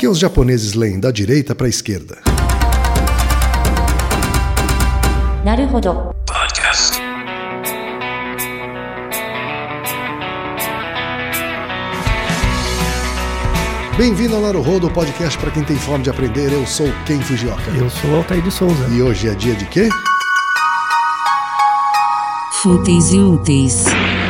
que os japoneses leem da direita para a esquerda? Naruhodo. Podcast. Bem-vindo ao Naruhodo, podcast para quem tem fome de aprender. Eu sou Ken Fujioka. Eu sou Altair de Souza. E hoje é dia de quê? Fúteis e úteis.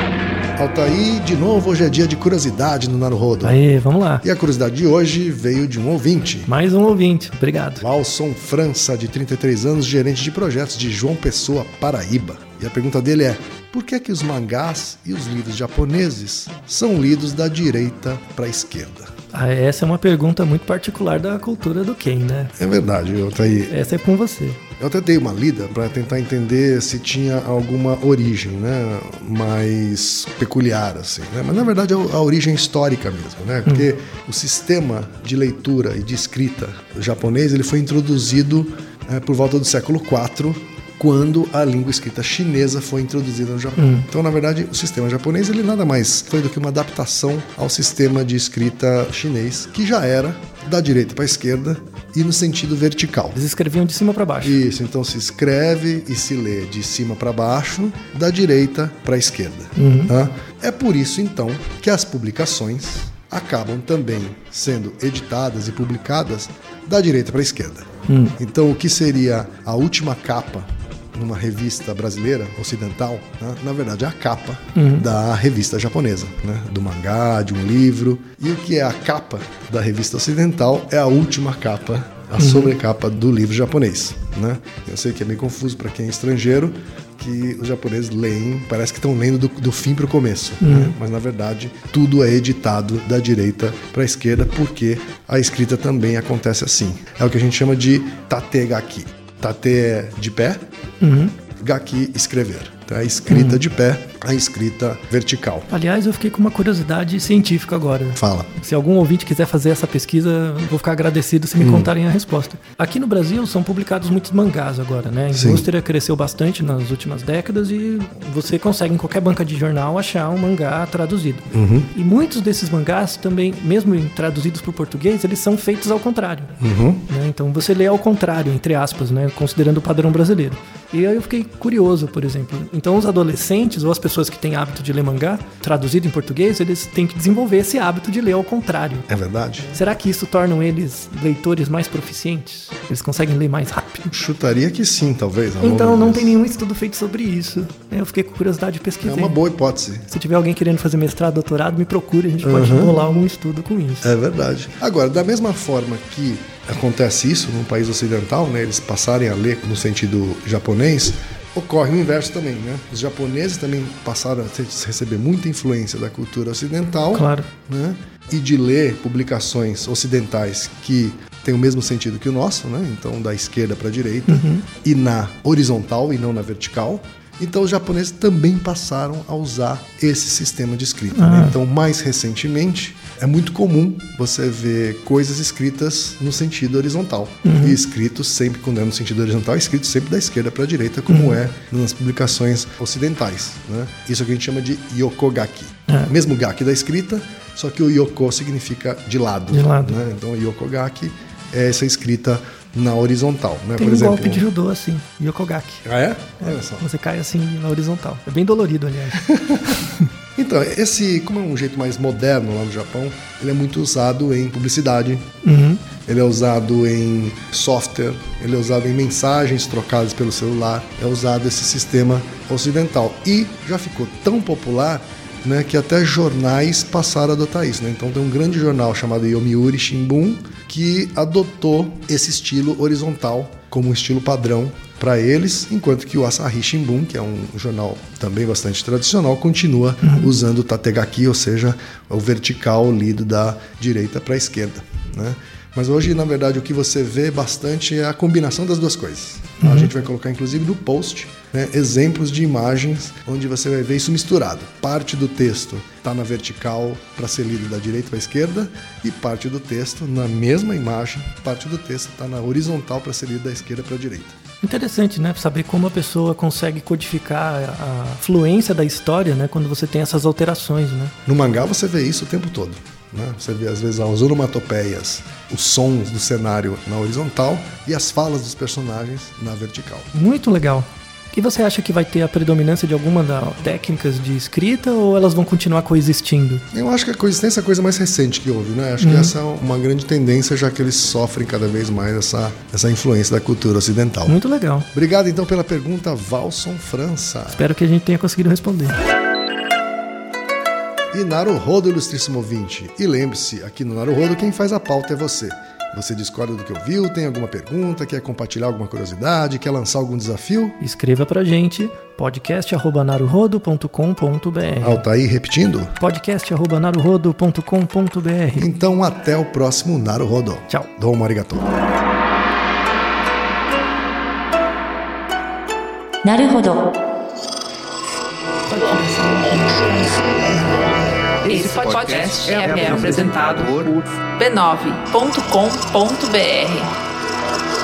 Altair, de novo, hoje é dia de curiosidade no Naruhodo. Aí, vamos lá. E a curiosidade de hoje veio de um ouvinte. Mais um ouvinte, obrigado. Valson França, de 33 anos, gerente de projetos de João Pessoa, Paraíba. E a pergunta dele é: por que os mangás e os livros japoneses são lidos da direita para a esquerda? Essa é uma pergunta muito particular da cultura do Ken, né? É verdade, Altair. Essa é com você. Eu até dei uma lida para tentar entender se tinha alguma origem, né, mais peculiar, assim, né? Mas na verdade é a origem histórica mesmo, né? Porque o sistema de leitura e de escrita japonês ele foi introduzido por volta do século IV, quando a língua escrita chinesa foi introduzida no Japão. Então, na verdade, o sistema japonês ele nada mais foi do que uma adaptação ao sistema de escrita chinês, que já era da direita para a esquerda e no sentido vertical. Eles escreviam de cima para baixo. Isso, então se escreve e se lê de cima para baixo, da direita para a esquerda. Tá? É por isso, então, que as publicações acabam também sendo editadas e publicadas da direita para a esquerda. Então, o que seria a última capa numa revista brasileira, ocidental, né? Na verdade é a capa da revista japonesa, né? Do mangá, de um livro. E o que é a capa da revista ocidental é a última capa, a sobrecapa do livro japonês, né? Eu sei que é meio confuso para quem é estrangeiro, que os japoneses leem, parece que estão lendo do fim para o começo, né? Mas na verdade tudo é editado da direita para a esquerda, porque a escrita também acontece assim. É o que a gente chama de tategaki. Tate é de pé, gaki, escrever. Então, a escrita de pé, a escrita vertical. Aliás, eu fiquei com uma curiosidade científica agora. Fala. Se algum ouvinte quiser fazer essa pesquisa, eu vou ficar agradecido se me contarem a resposta. Aqui no Brasil são publicados muitos mangás agora, né? A indústria cresceu bastante nas últimas décadas e você consegue em qualquer banca de jornal achar um mangá traduzido. E muitos desses mangás também, mesmo traduzidos para o português, eles são feitos ao contrário. Né? Então você lê ao contrário, entre aspas, né? Considerando o padrão brasileiro. E aí eu fiquei curioso, por exemplo. Então os adolescentes ou as pessoas que têm hábito de ler mangá, traduzido em português, eles têm que desenvolver esse hábito de ler ao contrário. É verdade? Será que isso torna eles leitores mais proficientes? Eles conseguem ler mais rápido? Chutaria que sim, talvez. Então não tem nenhum estudo feito sobre isso. Eu fiquei com curiosidade de pesquisar. É uma boa hipótese. Se tiver alguém querendo fazer mestrado, doutorado, me procure, a gente pode rolar algum estudo com isso. É verdade. Agora, da mesma forma que acontece isso num país ocidental, né, eles passarem a ler no sentido japonês, ocorre o inverso também, né? Os japoneses também passaram a receber muita influência da cultura ocidental, Claro. né? E de ler publicações ocidentais que têm o mesmo sentido que o nosso, né? Então, da esquerda para a direita, e na horizontal e não na vertical. Então, os japoneses também passaram a usar esse sistema de escrita. Né? Então, mais recentemente, é muito comum você ver coisas escritas no sentido horizontal. E escritos sempre, quando é no sentido horizontal, escrito sempre da esquerda para a direita, como é nas publicações ocidentais. Né? Isso é o que a gente chama de yokogaki. Mesmo gaki da escrita, só que o yoko significa de lado. De lado. Né? Então, yokogaki é essa escrita na horizontal, né? Tem por exemplo, golpe de judô assim, Yokogaki. Ah, é? Olha só. Você cai assim na horizontal. É bem dolorido, aliás. Então, como é um jeito mais moderno lá no Japão, ele é muito usado em publicidade, ele é usado em software, ele é usado em mensagens trocadas pelo celular, é usado esse sistema ocidental. E já ficou tão popular, né, que até jornais passaram a adotar isso. Né? Então tem um grande jornal chamado Yomiuri Shimbun que adotou esse estilo horizontal como um estilo padrão para eles, enquanto que o Asahi Shimbun, que é um jornal também bastante tradicional, continua usando o tategaki, ou seja, o vertical lido da direita para a esquerda. Né? Mas hoje, na verdade, o que você vê bastante é a combinação das duas coisas. A gente vai colocar, inclusive, no post, né, exemplos de imagens onde você vai ver isso misturado. Parte do texto está na vertical para ser lido da direita para a esquerda e parte do texto, na mesma imagem, parte do texto está na horizontal para ser lido da esquerda para a direita. Interessante, né? Saber como a pessoa consegue codificar a fluência da história, né? Quando você tem essas alterações, né? No mangá você vê isso o tempo todo. né? Você vê às vezes as onomatopeias, os sons do cenário na horizontal e as falas dos personagens na vertical. Muito legal. E você acha que vai ter a predominância de alguma das técnicas de escrita ou elas vão continuar coexistindo? Eu acho que a coexistência é a coisa mais recente que houve, né? Acho que essa é uma grande tendência, já que eles sofrem cada vez mais essa influência da cultura ocidental. Muito legal. Obrigado então pela pergunta, Valson França. Espero que a gente tenha conseguido responder. E Naruhodo, ilustríssimo ouvinte. E lembre-se, aqui no Naruhodo quem faz a pauta é você. Você discorda do que ouviu, tem alguma pergunta, quer compartilhar alguma curiosidade, quer lançar algum desafio? Escreva pra gente, podcast@naruhodo.com.br. Altair repetindo? podcast@naruhodo.com.br. Então até o próximo Naruhodo. Tchau. Domo arigatou. Naruhodo. Esse podcast é apresentado por b9.com.br.